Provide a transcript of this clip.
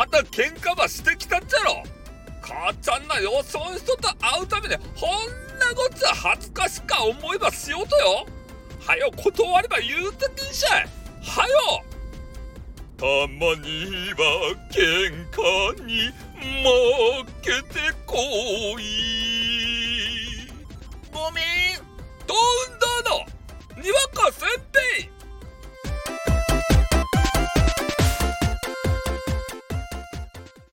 た喧嘩ばしてきたっちゃろ。母ちゃんなよ、そん人と会うためにほんなごっつ恥ずかしか思いばしようとよ。はよ断れば言うてきんしゃい。はよ。たまには喧嘩に負けてこい。